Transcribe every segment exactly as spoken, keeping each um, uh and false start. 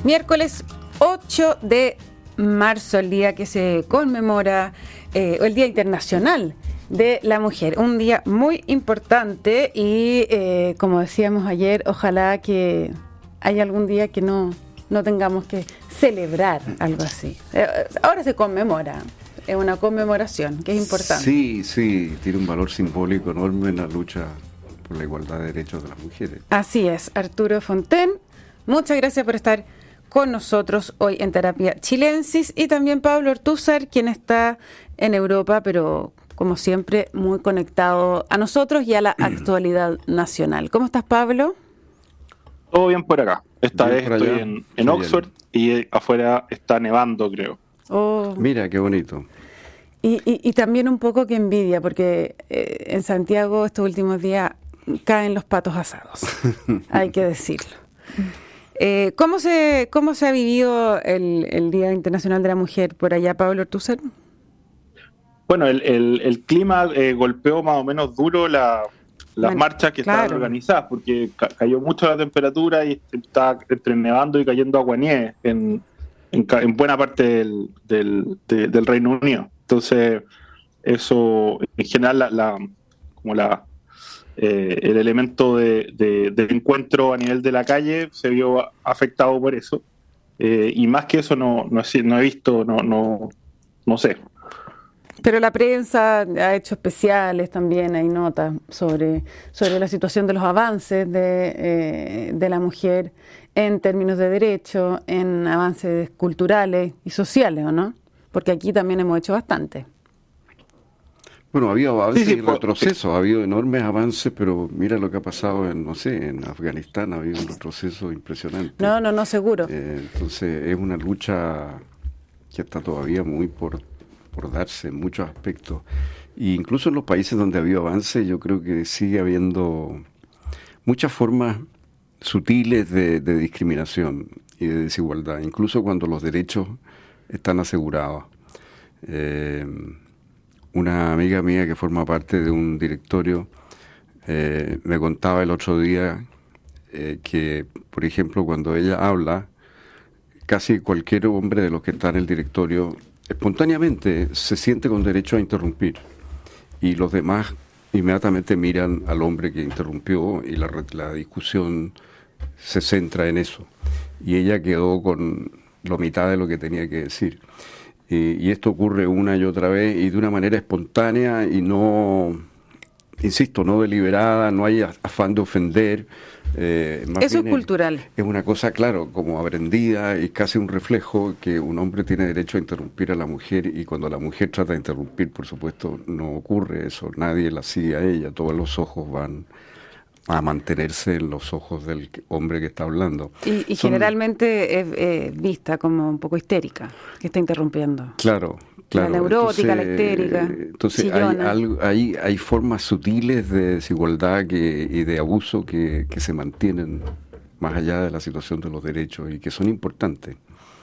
Miércoles ocho de marzo, el día que se conmemora, eh, el Día Internacional de la Mujer. Un día muy importante y, eh, como decíamos ayer, ojalá que haya algún día que no, no tengamos que celebrar algo así. Eh, ahora se conmemora. Es una conmemoración, que es importante. Sí, sí, tiene un valor simbólico enorme en la lucha por la igualdad de derechos de las mujeres. Así es, Arturo Fonten, muchas gracias por estar con nosotros hoy en Terapia Chilensis, y también Pablo Ortúzar, quien está en Europa, pero como siempre muy conectado a nosotros y a la actualidad nacional. ¿Cómo estás, Pablo? Todo bien por acá. Esta Bien vez por estoy allá. en, en Sí, Oxford y afuera está nevando, creo. Oh. Mira, qué bonito. Y, y, y también un poco que envidia, porque eh, en Santiago estos últimos días caen los patos asados, hay que decirlo. Eh, ¿cómo se cómo se ha vivido el, el Día Internacional de la Mujer por allá, Pablo Ortúzar? Bueno, el, el, el clima eh, golpeó más o menos duro la, las Man, marchas que claro. estaban organizadas, porque ca cayó mucho la temperatura y está entre nevando y cayendo aguanieve en, en, en buena parte del, del, de, del Reino Unido. Entonces, eso, en general, la, la, como la, eh, el elemento de, de, de encuentro a nivel de la calle se vio afectado por eso. Eh, y más que eso, no, no, he, no he visto, no, no, no sé. Pero la prensa ha hecho especiales también, hay notas sobre, sobre la situación de los avances de, eh, de la mujer en términos de derechos, en avances culturales y sociales, ¿o no? Porque aquí también hemos hecho bastante. Bueno, ha habido avances sí, sí, y retrocesos, ha habido enormes avances, pero mira lo que ha pasado en, no sé, en Afganistán, ha habido un retroceso impresionante. No, no, no, seguro. Eh, entonces es una lucha que está todavía muy por, por darse en muchos aspectos. E incluso en los países donde ha habido avances, yo creo que sigue habiendo muchas formas sutiles de, de discriminación y de desigualdad, incluso cuando los derechos están asegurados. Eh, Una amiga mía que forma parte de un directorio eh, me contaba el otro día eh, que, por ejemplo, cuando ella habla, casi cualquier hombre de los que está en el directorio espontáneamente se siente con derecho a interrumpir, y los demás inmediatamente miran al hombre que interrumpió y la, la discusión se centra en eso. Y ella quedó con la mitad de lo que tenía que decir. Y esto ocurre una y otra vez y de una manera espontánea y no, insisto, no deliberada, no hay afán de ofender. Eh, más Eso es bien cultural. Es, es una cosa, claro, como aprendida y casi un reflejo que un hombre tiene derecho a interrumpir a la mujer, y cuando la mujer trata de interrumpir, por supuesto, no ocurre eso. Nadie la sigue a ella, todos los ojos van a mantenerse en los ojos del hombre que está hablando. Y, y Son, generalmente es eh, vista como un poco histérica, que está interrumpiendo. Claro, claro. La neurótica, entonces, la histérica, Entonces hay, algo, hay, hay formas sutiles de desigualdad que, y de abuso que, que se mantienen más allá de la situación de los derechos y que son importantes.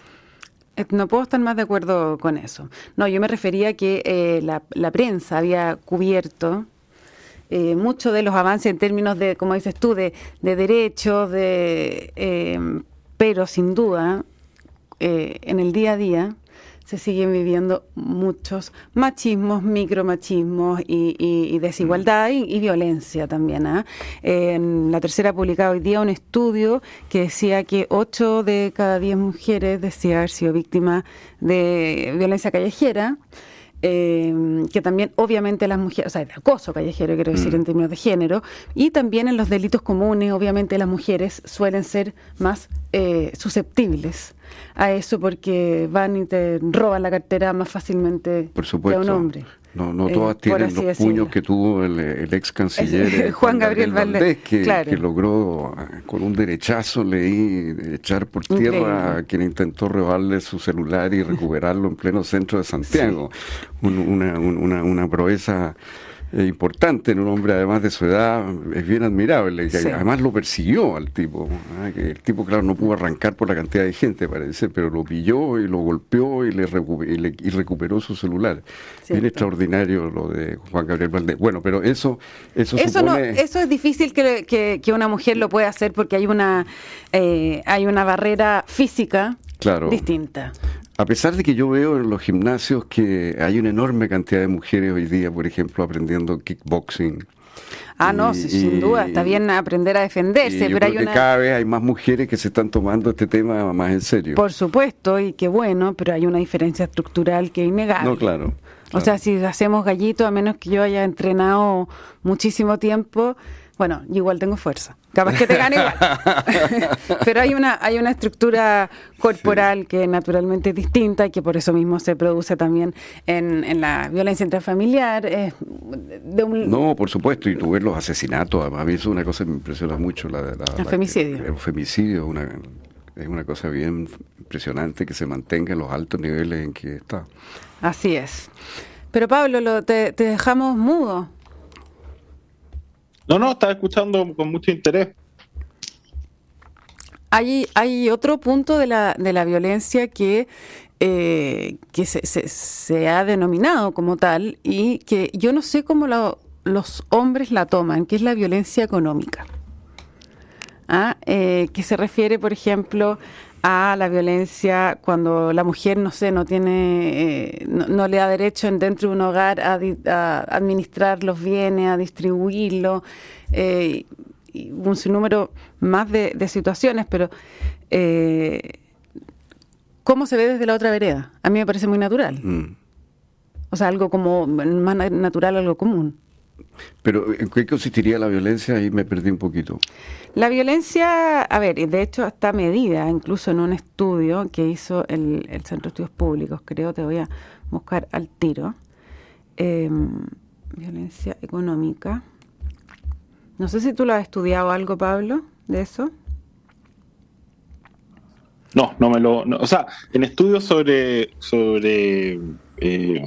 No puedo estar más de acuerdo con eso. No, yo me refería a que eh, la, la prensa había cubierto Eh, muchos de los avances en términos de, como dices tú, de, de derechos, de, eh, pero sin duda, eh, en el día a día se siguen viviendo muchos machismos, micromachismos y, y, y desigualdad y, y violencia también. ¿eh? En La Tercera ha publicado hoy día un estudio que decía que ocho de cada diez mujeres decía haber sido víctimas de violencia callejera. Eh, que también obviamente las mujeres, o sea, de acoso callejero, quiero decir, mm. en términos de género, y también en los delitos comunes, obviamente las mujeres suelen ser más eh, susceptibles a eso porque van y te roban la cartera más fácilmente Por supuesto. que a un hombre. No, no todas eh, tienen los decirlo. puños que tuvo el, el ex canciller Juan, Juan Gabriel, Gabriel Valdés, que, claro. que logró con un derechazo, leí, echar por tierra Increíble. a quien intentó robarle su celular y recuperarlo en pleno centro de Santiago. Sí. Un, una, una, una proeza eh, importante en un hombre, además de su edad, es bien admirable. Que sí. Además lo persiguió al tipo. ¿eh? Que el tipo, claro, no pudo arrancar por la cantidad de gente, parece, pero lo pilló y lo golpeó y le, recu y, le y recuperó su celular. Cierto. Bien extraordinario lo de Juan Gabriel Valdés. Bueno, pero eso eso, eso, supone... no, eso es difícil que, que, que una mujer lo pueda hacer porque hay una, eh, hay una barrera física claro. distinta. A pesar de que yo veo en los gimnasios que hay una enorme cantidad de mujeres hoy día, por ejemplo, aprendiendo kickboxing. Ah, y, no, sí, sin y, duda, está bien aprender a defenderse, y yo pero creo hay que una... cada vez hay más mujeres que se están tomando este tema más en serio. Por supuesto, y qué bueno, pero hay una diferencia estructural que es innegable. No, claro. O claro. sea, si hacemos gallito, a menos que yo haya entrenado muchísimo tiempo, bueno, yo igual tengo fuerza. Capaz que te gane igual. Pero hay una hay una estructura corporal sí. que naturalmente es distinta y que por eso mismo se produce también en, en la violencia intrafamiliar. Eh, de un... No, por supuesto, y tú ves los asesinatos. A mí eso es una cosa que me impresiona mucho. La, la, el la, femicidio. El, el femicidio es una, es una cosa bien impresionante que se mantenga en los altos niveles en que está. Así es. Pero Pablo, lo, te, te dejamos mudo. No, no, estaba escuchando con mucho interés. Hay, hay otro punto de la, de la violencia que, eh, que se, se, se ha denominado como tal y que yo no sé cómo lo, los hombres la toman, que es la violencia económica. ¿Ah? Eh, que se refiere, por ejemplo, a la violencia cuando la mujer, no sé, no tiene, eh, no, no le da derecho en, dentro de un hogar a, di, a administrar los bienes, a distribuirlos, eh, y un sinnúmero más de, de situaciones, pero eh, ¿cómo se ve desde la otra vereda? A mí me parece muy natural. Mm. O sea, algo como más natural, algo común. Pero ¿en qué consistiría la violencia? Ahí me perdí un poquito. La violencia, a ver, de hecho está medida incluso en un estudio que hizo el, el Centro de Estudios Públicos, creo, te voy a buscar al tiro. Eh, violencia económica. No sé si tú lo has estudiado algo, Pablo, de eso. No, no me lo... No, o sea, en estudios sobre... sobre eh,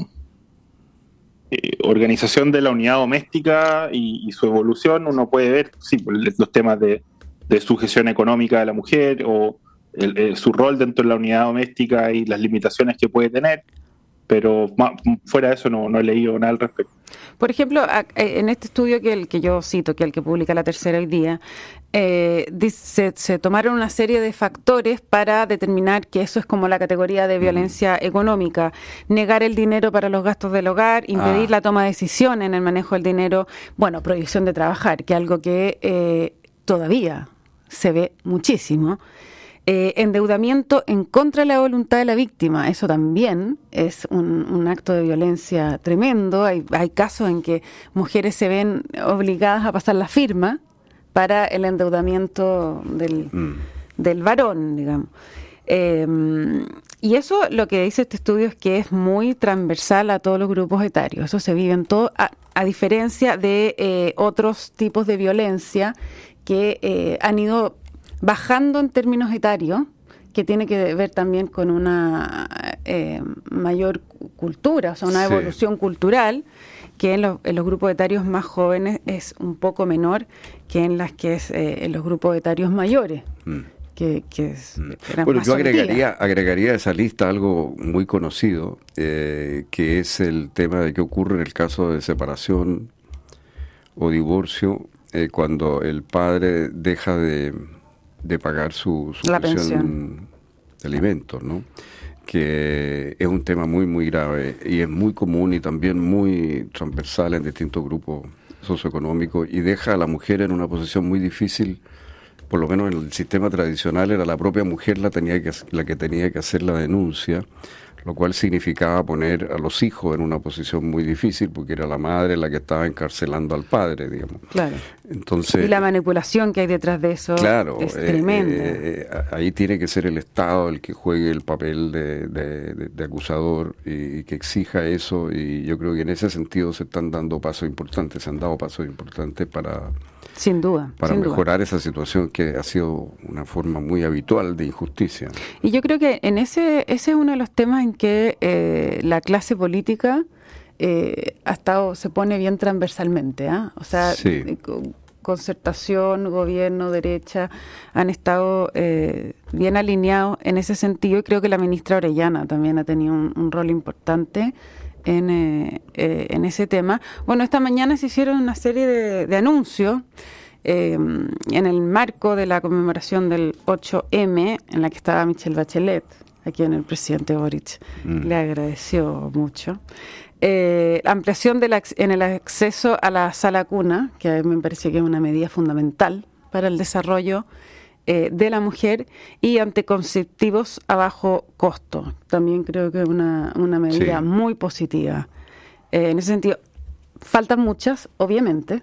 Eh, organización de la unidad doméstica y, y su evolución, uno puede ver sí, los temas de, de sujeción económica de la mujer o el, el, su rol dentro de la unidad doméstica y las limitaciones que puede tener, pero más, fuera de eso no, no he leído nada al respecto. Por ejemplo, en este estudio que el que yo cito, que es el que publica La Tercera hoy día, eh, se, se tomaron una serie de factores para determinar que eso es como la categoría de violencia mm. económica. Negar el dinero para los gastos del hogar, impedir ah. la toma de decisiones en el manejo del dinero, bueno, prohibición de trabajar, que es algo que eh, todavía se ve muchísimo. Eh, endeudamiento en contra de la voluntad de la víctima, eso también es un, un acto de violencia tremendo. Hay, hay casos en que mujeres se ven obligadas a pasar la firma para el endeudamiento del, mm. del varón, digamos. Eh, y eso lo que dice este estudio es que es muy transversal a todos los grupos etarios. Eso se vive en todo, a, a diferencia de eh, otros tipos de violencia que eh, han ido bajando en términos etarios, que tiene que ver también con una eh, mayor cultura, o sea, una sí. evolución cultural, que en los, en los grupos etarios más jóvenes es un poco menor que en las que es eh, en los grupos etarios mayores. Mm. Que, que es, mm. Bueno, yo agregaría, agregaría a esa lista algo muy conocido, eh, que es el tema de qué ocurre en el caso de separación o divorcio, eh, cuando el padre deja de de pagar su, su la pensión de alimentos, ¿no? Que es un tema muy, muy grave y es muy común y también muy transversal en distintos grupos socioeconómicos y deja a la mujer en una posición muy difícil. Por lo menos en el sistema tradicional era la propia mujer la, tenía que, la que tenía que hacer la denuncia, lo cual significaba poner a los hijos en una posición muy difícil porque era la madre la que estaba encarcelando al padre, digamos. Claro. Entonces, y la manipulación que hay detrás de eso claro, es eh, tremenda. Eh, eh, ahí tiene que ser el Estado el que juegue el papel de, de, de, de acusador y, y que exija eso, y yo creo que en ese sentido se están dando pasos importantes, se han dado pasos importantes para... Sin duda. Para sin mejorar duda. esa situación que ha sido una forma muy habitual de injusticia. Y yo creo que en ese ese es uno de los temas en que eh, la clase política eh, ha estado, se pone bien transversalmente, ¿eh? O sea, sí. Concertación, gobierno, derecha, han estado eh, bien alineados en ese sentido, y creo que la ministra Orellana también ha tenido un, un rol importante en, eh, eh, en ese tema. Bueno, esta mañana se hicieron una serie de, de anuncios eh, en el marco de la conmemoración del ocho eme, en la que estaba Michelle Bachelet, a quien el presidente Boric mm. le agradeció mucho. Eh, ampliación de la, en el acceso a la sala cuna, que a mí me parece que es una medida fundamental para el desarrollo eh, de la mujer, y anticonceptivos a bajo costo. También creo que es una, una medida sí. muy positiva. Eh, en ese sentido, faltan muchas, obviamente,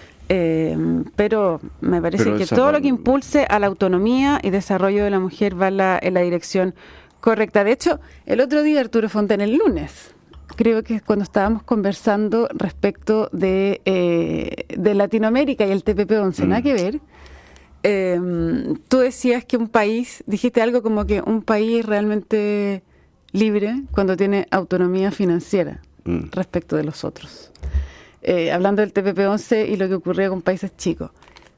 eh, pero me parece pero que todo va... lo que impulse a la autonomía y desarrollo de la mujer va en la, en la dirección correcta. De hecho, el otro día Arturo Fontaine, el lunes, creo que cuando estábamos conversando respecto de, eh, de Latinoamérica y el T P P once, mm. nada que ver, eh, tú decías que un país, dijiste algo como que un país realmente libre cuando tiene autonomía financiera mm. respecto de los otros. Eh, hablando del T P P once y lo que ocurría con países chicos.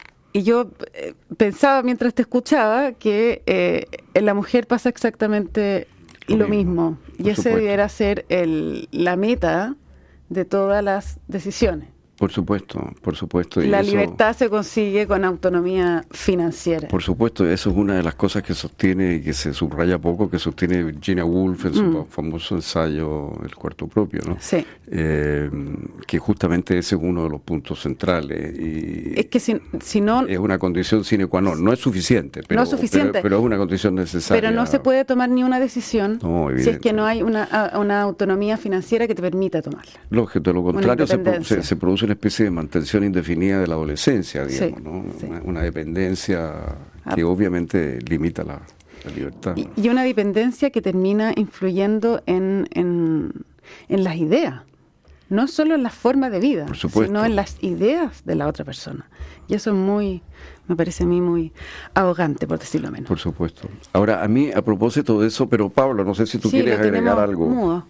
Y yo eh, pensaba mientras te escuchaba que eh, en la mujer pasa exactamente lo, lo mismo. mismo. Y ese supuesto. debiera ser el, la meta de todas las decisiones. Por supuesto, por supuesto. Y la eso, libertad se consigue con autonomía financiera. Por supuesto, eso es una de las cosas que sostiene y que se subraya poco, que sostiene Virginia Woolf en su mm. famoso ensayo El cuarto propio, ¿no? Sí. Eh, que justamente ese es uno de los puntos centrales. Y es que si, si no... Es una condición sine qua non. No es suficiente, pero, no es, suficiente, pero, pero es una condición necesaria. Pero no se puede tomar ni una decisión no, si es que no hay una, una autonomía financiera que te permita tomarla. Lógico, de lo contrario se, se, se produce una especie de mantención indefinida de la adolescencia, digamos, sí, ¿no? Sí. Una, una dependencia que ah. obviamente limita la, la libertad. Y, y una dependencia que termina influyendo en, en, en las ideas, no solo en la forma de vida, sino en las ideas de la otra persona. Y eso es muy, me parece a mí muy arrogante, por decirlo menos. Por supuesto. Ahora, a mí, a propósito de eso, pero Pablo, no sé si tú sí, quieres agregar algo. Mudo.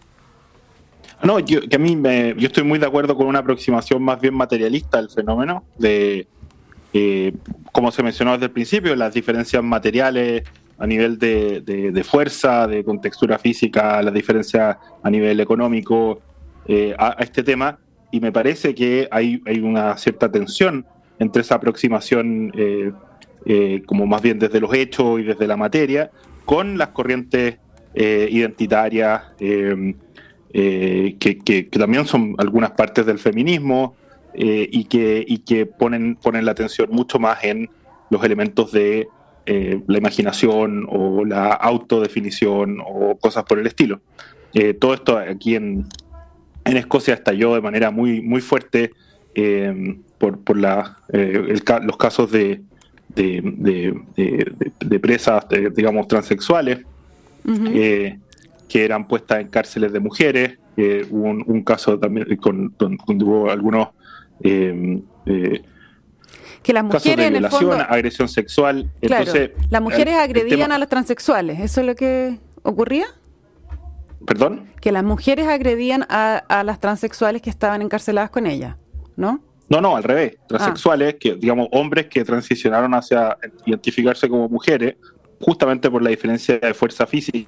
No, yo, que a mí me, yo estoy muy de acuerdo con una aproximación más bien materialista del fenómeno, de, eh, como se mencionó desde el principio, las diferencias materiales a nivel de, de, de fuerza, de contextura física, las diferencias a nivel económico eh, a, a este tema, y me parece que hay, hay una cierta tensión entre esa aproximación eh, eh, como más bien desde los hechos y desde la materia, con las corrientes eh, identitarias, eh, Eh, que, que, que también son algunas partes del feminismo eh, y que, y que ponen, ponen la atención mucho más en los elementos de eh, la imaginación o la autodefinición o cosas por el estilo. Eh, todo esto aquí en, en Escocia estalló de manera muy, muy fuerte eh, por, por la, eh, el, los casos de, de, de, de, de presas, de, digamos, transexuales. Uh-huh. eh, que eran puestas en cárceles de mujeres, eh, hubo un, un caso también con, con, con hubo algunos eh, eh, que las mujeres, casos de en violación, el fondo, agresión sexual. Claro, entonces las mujeres el, agredían el tema, a los transexuales, ¿eso es lo que ocurría? ¿Perdón? Que las mujeres agredían a, a las transexuales que estaban encarceladas con ellas, ¿no? No, no, al revés, transexuales, ah. que digamos hombres que transicionaron hacia identificarse como mujeres, justamente por la diferencia de fuerza física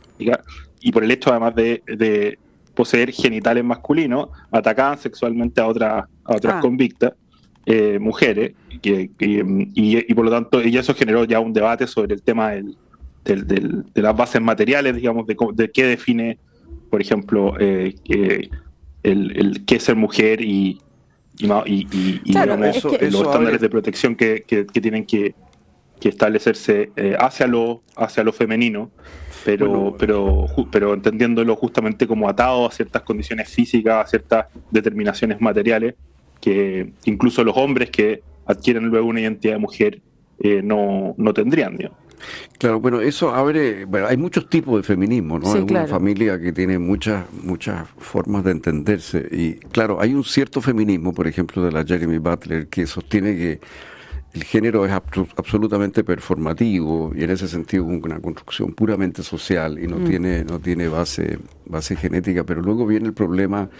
y por el hecho además de, de poseer genitales masculinos, atacaban sexualmente a, otra, a otras ah. convictas, eh, mujeres, que, que, y, y por lo tanto, y eso generó ya un debate sobre el tema del, del, del, de las bases materiales, digamos, de, de qué define, por ejemplo, eh, que el, el qué es ser mujer y, y, y, y claro, digamos, es que, los estándares abre... de protección que, que, que tienen que que establecerse eh, hacia lo hacia lo femenino, pero bueno, pero ju, pero entendiéndolo justamente como atado a ciertas condiciones físicas, a ciertas determinaciones materiales que incluso los hombres que adquieren luego una identidad de mujer eh, no, no tendrían, ¿no? Claro, bueno, eso abre, bueno, hay muchos tipos de feminismo, ¿no? Sí, es claro. Una familia que tiene muchas muchas formas de entenderse y claro, hay un cierto feminismo, por ejemplo, de la Jeremy Butler, que sostiene que el género es abs- absolutamente performativo y en ese sentido una construcción puramente social y no mm. tiene no tiene base base genética, pero luego viene el problema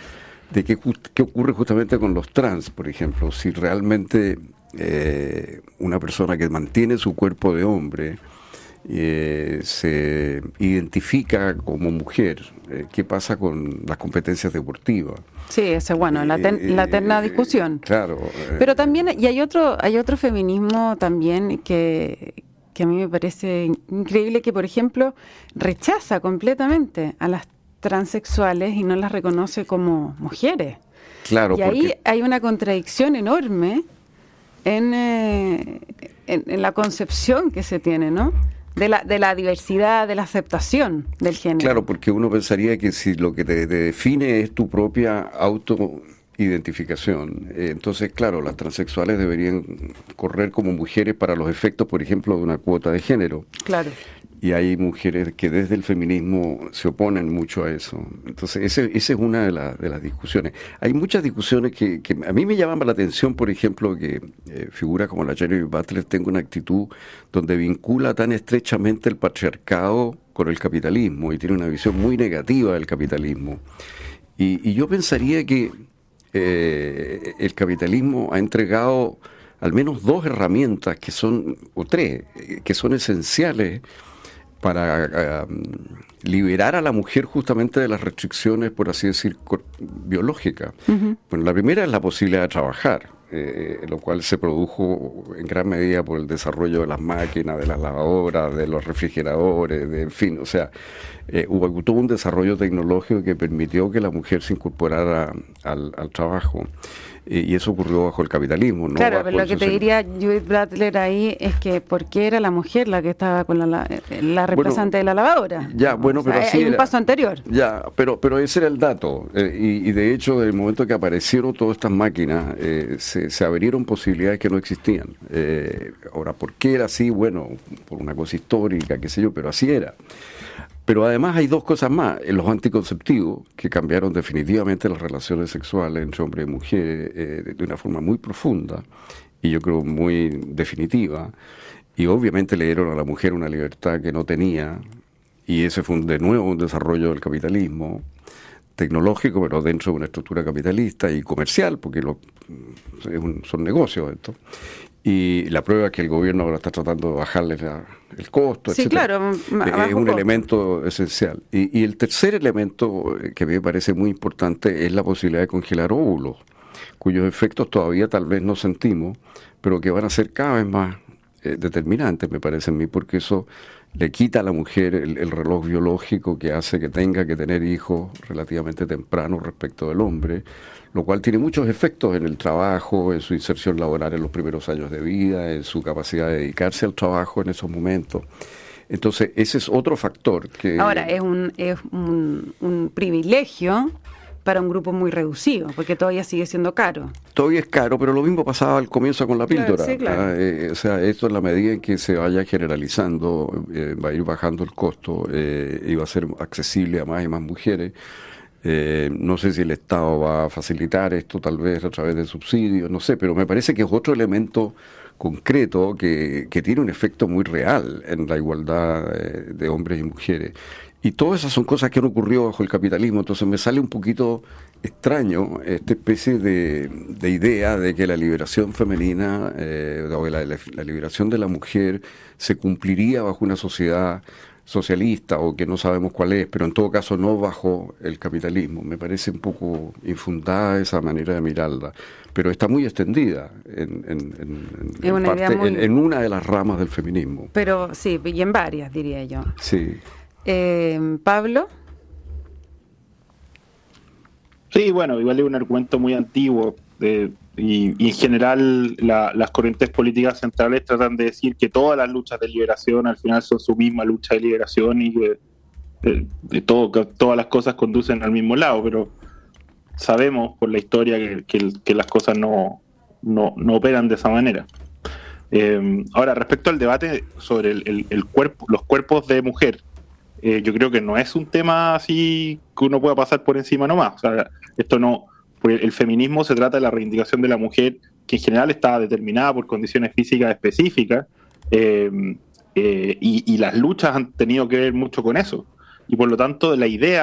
de qué, qué ocurre justamente con los trans, por ejemplo, si realmente eh, una persona que mantiene su cuerpo de hombre eh, se identifica como mujer, eh, ¿qué pasa con las competencias deportivas? Sí, ese bueno, la, ten, la eterna discusión. Claro. Pero también, y hay otro, hay otro feminismo también que, que a mí me parece increíble, que por ejemplo rechaza completamente a las transexuales y no las reconoce como mujeres. Claro. Y ahí porque... hay una contradicción enorme en, eh, en, en la concepción que se tiene, ¿no? De la, de la diversidad, de la aceptación del género. Claro, porque uno pensaría que si lo que te, te define es tu propia autoidentificación, eh, entonces, claro, las transexuales deberían correr como mujeres para los efectos, por ejemplo, de una cuota de género. Claro. Y hay mujeres que desde el feminismo se oponen mucho a eso. Entonces, ese, esa es una de, la, de las discusiones. Hay muchas discusiones que, que a mí me llaman la atención, por ejemplo, que eh, figuras como la Jennifer Butler tenga una actitud donde vincula tan estrechamente el patriarcado con el capitalismo y tiene una visión muy negativa del capitalismo. Y, y yo pensaría que eh, el capitalismo ha entregado al menos dos herramientas que son, o tres, que son esenciales para uh, liberar a la mujer justamente de las restricciones, por así decir, biológicas. Uh-huh. Bueno, la primera es la posibilidad de trabajar, eh, lo cual se produjo en gran medida por el desarrollo de las máquinas, de las lavadoras, de los refrigeradores, de, en fin, o sea, eh, hubo todo un desarrollo tecnológico que permitió que la mujer se incorporara al, al trabajo. Y eso ocurrió bajo el capitalismo, ¿no? Claro, bajo pero lo que te diría Judith Butler ahí es que ¿por qué era la mujer la que estaba con la, la, la reemplazante bueno, de la lavadora? Ya, bueno, o sea, pero hay, sí hay un era, paso anterior. Ya, pero pero ese era el dato. Eh, y, y de hecho, desde el momento que aparecieron todas estas máquinas, eh, se, se abrieron posibilidades que no existían. Eh, ahora, ¿por qué era así? Bueno, por una cosa histórica, qué sé yo, pero así era. Pero además hay dos cosas más. Los anticonceptivos, que cambiaron definitivamente las relaciones sexuales entre hombres y mujeres eh, de una forma muy profunda y yo creo muy definitiva. Y obviamente le dieron a la mujer una libertad que no tenía. Y ese fue un, de nuevo un desarrollo del capitalismo tecnológico, pero dentro de una estructura capitalista y comercial, porque lo, es un, son negocios esto. Y la prueba es que el gobierno ahora está tratando de bajarle la, el costo, sí, etcétera. Claro, es un costo. Elemento esencial. Y, y el tercer elemento que a mí me parece muy importante es la posibilidad de congelar óvulos, cuyos efectos todavía tal vez no sentimos, pero que van a ser cada vez más eh, determinantes, me parece a mí, porque eso le quita a la mujer el, el reloj biológico que hace que tenga que tener hijos relativamente temprano respecto del hombre, lo cual tiene muchos efectos en el trabajo, en su inserción laboral en los primeros años de vida, en su capacidad de dedicarse al trabajo en esos momentos. Entonces, ese es otro factor que... Ahora, es un, es un, un privilegio para un grupo muy reducido, porque todavía sigue siendo caro. Todavía es caro, pero lo mismo pasaba al comienzo con la píldora. Claro, sí, claro. ¿Ah? Eh, o sea, esto en la medida en que se vaya generalizando, eh, va a ir bajando el costo eh, y va a ser accesible a más y más mujeres. Eh, no sé si el Estado va a facilitar esto, tal vez a través de subsidios, no sé, pero me parece que es otro elemento concreto que, que tiene un efecto muy real en la igualdad de, de hombres y mujeres. Y todas esas son cosas que han ocurrido bajo el capitalismo, entonces me sale un poquito extraño esta especie de, de idea de que la liberación femenina, eh, o la, la, la liberación de la mujer se cumpliría bajo una sociedad socialista o que no sabemos cuál es, pero en todo caso no bajo el capitalismo. Me parece un poco infundada esa manera de mirarla, pero está muy extendida en, en, en, en, una, parte, muy... en, en una de las ramas del feminismo. Pero sí, y en varias, diría yo. Sí. Eh, ¿Pablo? Sí, bueno, igual es un argumento muy antiguo de, y, y en general la, las corrientes políticas centrales tratan de decir que todas las luchas de liberación al final son su misma lucha de liberación y que de, de todo, que todas las cosas conducen al mismo lado, pero sabemos por la historia que, que, que las cosas no, no, no operan de esa manera. Eh, ahora, respecto al debate sobre el, el, el cuerpo, los cuerpos de mujer, Eh, yo creo que no es un tema así que uno pueda pasar por encima nomás. O sea, esto no, porque el feminismo se trata de la reivindicación de la mujer, que en general está determinada por condiciones físicas específicas, eh, eh, y, y las luchas han tenido que ver mucho con eso. Y por lo tanto, la idea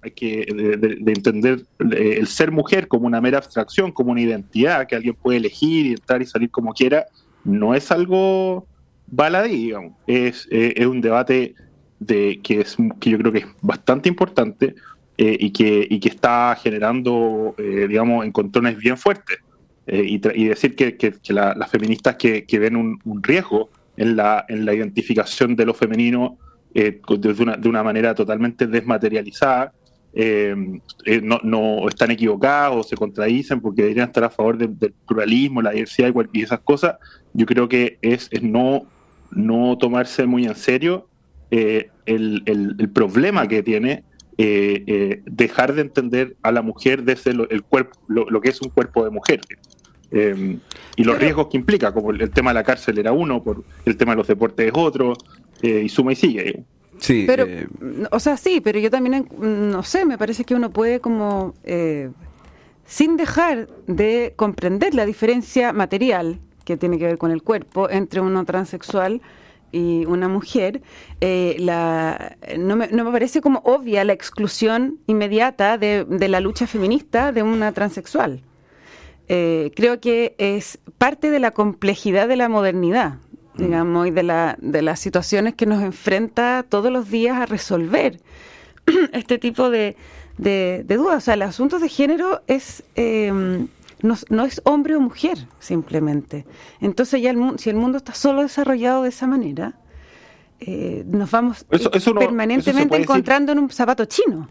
hay que de, de, de entender el ser mujer como una mera abstracción, como una identidad que alguien puede elegir y entrar y salir como quiera, no es algo baladí, digamos. Es, eh, es un debate de que es que yo creo que es bastante importante eh, y que y que está generando, eh, digamos, encontrones bien fuertes. Eh, y, tra- y decir que, que, que la, las feministas que, que ven un, un riesgo en la, en la identificación de lo femenino eh, de, una, de una manera totalmente desmaterializada, eh, eh, no, no están equivocados o se contradicen porque deberían estar a favor de, del pluralismo, la diversidad y, cual, y esas cosas. Yo creo que es, es no, no tomarse muy en serio eh, el, el, el problema que tiene eh, eh, dejar de entender a la mujer desde lo, el cuerpo, lo, lo que es un cuerpo de mujer. Eh, y los Pero, riesgos que implica, como el, el tema de la cárcel era uno, por el tema de los deportes es otro, eh, y suma y sigue. Sí, pero eh, o sea, sí, pero yo también, no sé, me parece que uno puede como, eh, sin dejar de comprender la diferencia material que tiene que ver con el cuerpo entre uno transexual y una mujer, eh, la, no, me, no me parece como obvia la exclusión inmediata de, de la lucha feminista de una transexual. Eh, creo que es parte de la complejidad de la modernidad, digamos, y de, la, de las situaciones que nos enfrenta todos los días a resolver este tipo de, de, de dudas. O sea, el asunto de género es eh, no, no es hombre o mujer, simplemente. Entonces, ya el, si el mundo está solo desarrollado de esa manera, eh, nos vamos Eso, eso no, permanentemente eso encontrando decir en un zapato chino.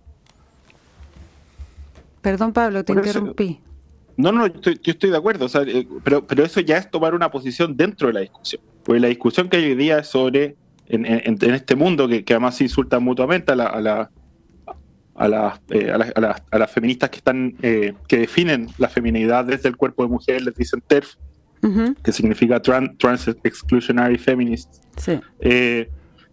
Perdón, Pablo, te Por eso, interrumpí. No, no, yo estoy, yo estoy de acuerdo, o sea, eh, pero, pero eso ya es tomar una posición dentro de la discusión. Porque la discusión que hay hoy día es sobre, en, en, en este mundo que, que además se insultan mutuamente a la, a la, a las eh, a la, a la, a las feministas que están eh, que definen la feminidad desde el cuerpo de mujer, les dicen T E R F, uh-huh. que significa Trans, Trans Exclusionary Feminist. Sí. Eh,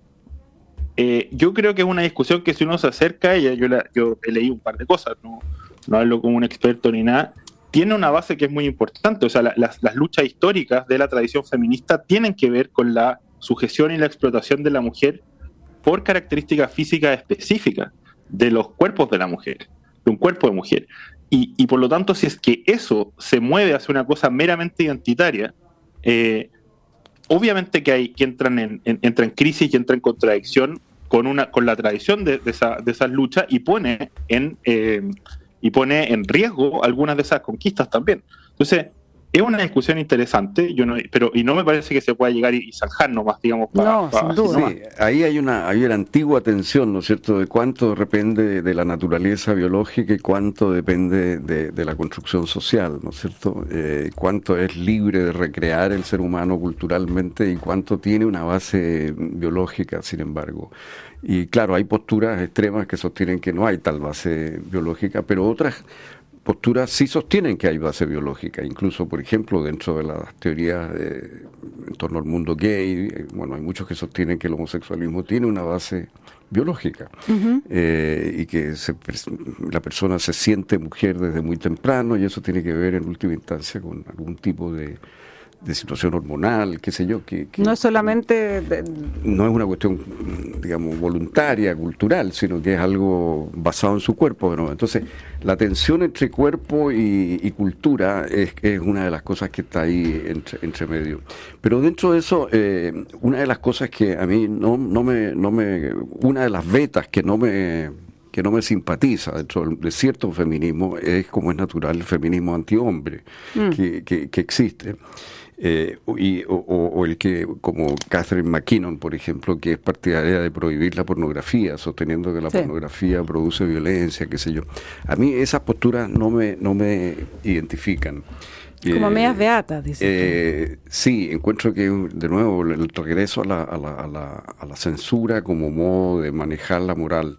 eh, yo creo que es una discusión que si uno se acerca a ella, yo, la, yo he leído un par de cosas, no, no hablo como un experto ni nada, tiene una base que es muy importante. O sea, la, las, las luchas históricas de la tradición feminista tienen que ver con la sujeción y la explotación de la mujer por características físicas específicas de los cuerpos de la mujer, de un cuerpo de mujer. Y, y por lo tanto, si es que eso se mueve hacia una cosa meramente identitaria, eh, obviamente que hay que entran en, en, entra en crisis y entra en contradicción con, una, con la tradición de, de, esa, de esas luchas y pone en... Eh, y pone en riesgo algunas de esas conquistas también. Entonces, es una discusión interesante, yo no, pero y no me parece que se pueda llegar y, y zanjar nomás, digamos. Pa, no, pa, sin duda. Sí, ahí hay una, hay una antigua tensión, ¿no es cierto?, de cuánto depende de la naturaleza biológica y cuánto depende de, de la construcción social, ¿no es cierto? Eh, cuánto es libre de recrear el ser humano culturalmente y cuánto tiene una base biológica, sin embargo. Y claro, hay posturas extremas que sostienen que no hay tal base biológica, pero otras posturas sí sostienen que hay base biológica. Incluso, por ejemplo, dentro de las teorías de, en torno al mundo gay, bueno, hay muchos que sostienen que el homosexualismo tiene una base biológica, uh-huh. eh, y que se, la persona se siente mujer desde muy temprano, y eso tiene que ver en última instancia con algún tipo de de situación hormonal, qué sé yo. Que, que no es solamente... De... No es una cuestión, digamos, voluntaria, cultural, sino que es algo basado en su cuerpo. ¿no? Entonces, la tensión entre cuerpo y, y cultura es, es una de las cosas que está ahí entre, entre medio. Pero dentro de eso, eh, una de las cosas que a mí no, no me... no me una de las vetas que no me... que no me simpatiza dentro de cierto feminismo es, como es natural, el feminismo antihombre mm. que, que, que existe. Eh, y, o, o el que, como Catherine McKinnon, por ejemplo, que es partidaria de prohibir la pornografía, sosteniendo que la sí. pornografía produce violencia, qué sé yo. A mí esas posturas no me, no me identifican. Como eh, medias beatas, dice. Eh, sí, encuentro que, de nuevo, el regreso a la, a la, a la, a la censura como modo de manejar la moral.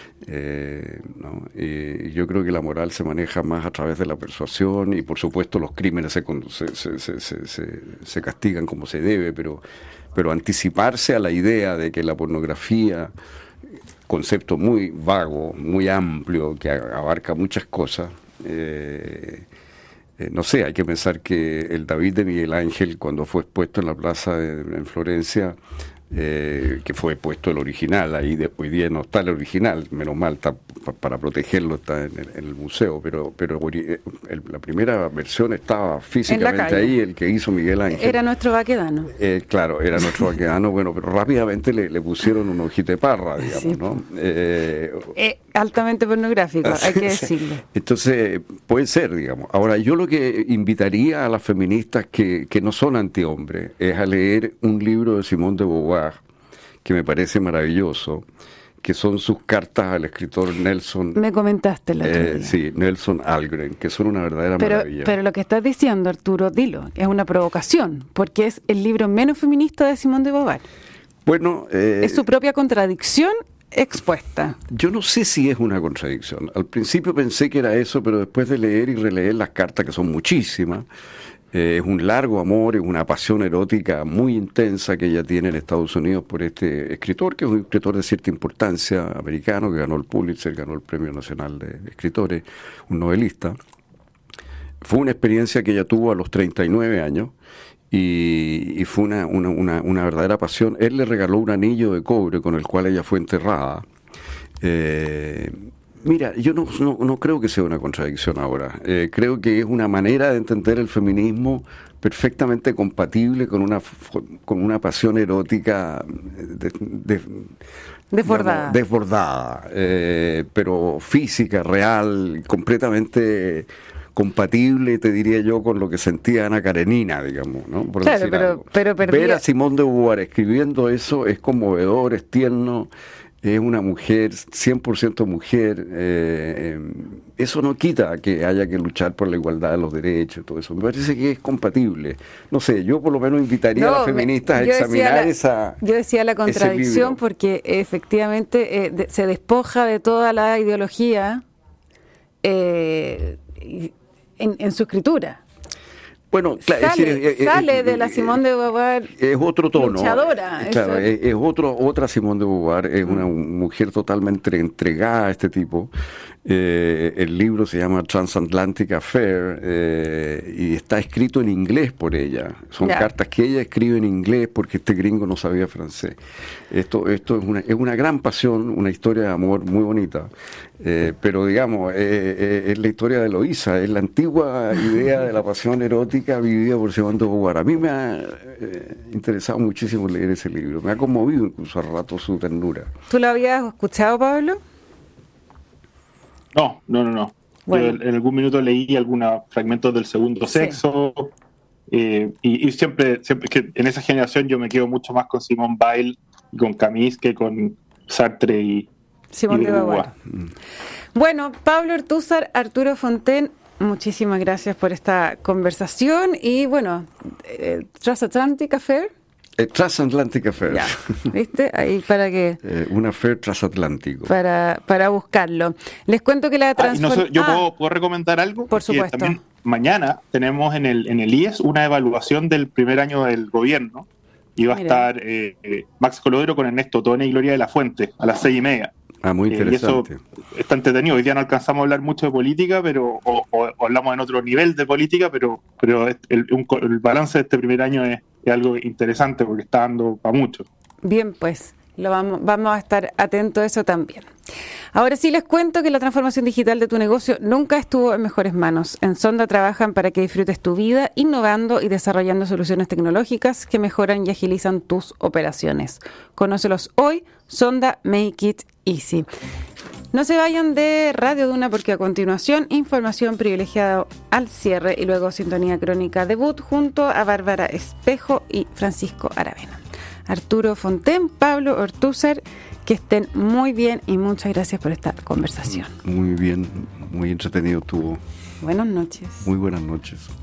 Eh, ¿no? eh, yo creo que la moral se maneja más a través de la persuasión y por supuesto los crímenes se, se, se, se, se, se castigan como se debe, pero, pero anticiparse a la idea de que la pornografía, concepto muy vago, muy amplio, que abarca muchas cosas, eh, eh, no sé, hay que pensar que el David de Miguel Ángel, cuando fue expuesto en la plaza de, en Florencia, Eh, que fue puesto el original, ahí de, hoy día no está el original, menos mal, está pa, para protegerlo está en el, en el museo, pero pero el, la primera versión estaba físicamente ahí, el que hizo Miguel Ángel. Era nuestro Baquedano. Eh, claro, era nuestro Baquedano, bueno, pero rápidamente le, le pusieron un ojito de parra, digamos, sí. ¿no? Eh, eh, altamente pornográfico, hay que decirlo. Entonces, puede ser, digamos. Ahora, yo lo que invitaría a las feministas que, que no son antihombres es a leer un libro de Simone de Beauvoir, que me parece maravilloso, que son sus cartas al escritor Nelson. Me comentaste la eh, Sí, Nelson Algren, que son una verdadera pero, maravilla. Pero lo que estás diciendo, Arturo, dilo, es una provocación, porque es el libro menos feminista de Simone de Beauvoir. Bueno, eh, es su propia contradicción expuesta. Yo no sé si es una contradicción. Al principio pensé que era eso, pero después de leer y releer las cartas, que son muchísimas, Eh, es un largo amor, es una pasión erótica muy intensa que ella tiene en Estados Unidos por este escritor, que es un escritor de cierta importancia americano, que ganó el Pulitzer, ganó el Premio Nacional de Escritores, un novelista. Fue una experiencia que ella tuvo a los treinta y nueve años y, y fue una, una, una, una verdadera pasión. Él le regaló un anillo de cobre con el cual ella fue enterrada. Eh, Mira, yo no, no, no creo que sea una contradicción ahora. Eh, creo que es una manera de entender el feminismo perfectamente compatible con una con una pasión erótica de, de, desbordada, digamos, desbordada eh, pero física, real, completamente compatible, te diría yo, con lo que sentía Ana Karenina, digamos, ¿no? Por claro, decir pero, algo. pero perdía... Ver a Simone de Beauvoir escribiendo eso es conmovedor, es tierno. Es una mujer, cien por ciento mujer, eh, eh, eso no quita que haya que luchar por la igualdad de los derechos, todo eso. Me parece que es compatible. No sé, yo por lo menos invitaría no, a las feministas a examinar la, esa Yo decía la contradicción porque efectivamente eh, de, se despoja de toda la ideología eh, en, en su escritura. Bueno, claro, sale, es decir, sale es, de la Simone de Beauvoir es otro tono, luchadora. Claro, es, es otro, otra Simone de Beauvoir, es una mujer totalmente entregada a este tipo. Eh, el libro se llama Transatlantic Affair eh, y está escrito en inglés por ella. Son yeah. cartas que ella escribe en inglés porque este gringo no sabía francés. Esto, esto es una, es una gran pasión, una historia de amor muy bonita. Eh, pero digamos, eh, eh, es la historia de Eloísa, es la antigua idea de la pasión erótica vivida por Simone de Beauvoir. A mí me ha eh, interesado muchísimo leer ese libro, me ha conmovido incluso a rato su ternura. ¿Tú lo habías escuchado, Pablo? No, no, no, no. Bueno. Yo en algún minuto leí algunos fragmentos del Segundo Sexo sí. eh, y, y siempre, siempre que en esa generación yo me quedo mucho más con Simone Weil y con Camus que con Sartre y Simone de Beauvoir. Bueno, Pablo Ortúzar, Arturo Fontaine, muchísimas gracias por esta conversación y bueno, eh, Transatlantic Affair. Eh, Transatlantic Affair. Ya, ¿viste? Ahí para que... Eh, un affair transatlántico. Para, para buscarlo. Les cuento que la transformación... Ah, no, yo ah, puedo, puedo recomendar algo. Por supuesto. También mañana tenemos en el, en el I E S una evaluación del primer año del gobierno y va Mira. a estar eh, eh, Max Colodro con Ernesto Tone y Gloria de la Fuente a las seis y media. Ah, muy interesante. Eh, y eso está entretenido. Hoy día no alcanzamos a hablar mucho de política, pero o, o, o hablamos en otro nivel de política, pero pero el, un, el balance de este primer año es, es algo interesante porque está dando para mucho. Bien, pues lo vamos, vamos a estar atentos a eso también. Ahora sí les cuento que la transformación digital de tu negocio nunca estuvo en mejores manos. En Sonda trabajan para que disfrutes tu vida, innovando y desarrollando soluciones tecnológicas que mejoran y agilizan tus operaciones. Conócelos hoy, Sonda Make It Easy. No se vayan de Radio Duna porque a continuación información privilegiada al cierre y luego sintonía crónica debut junto a Bárbara Espejo y Francisco Aravena. Arturo Fontaine, Pablo Ortúzar, que estén muy bien y muchas gracias por esta conversación. Muy bien, muy entretenido estuvo. Buenas noches. Muy buenas noches.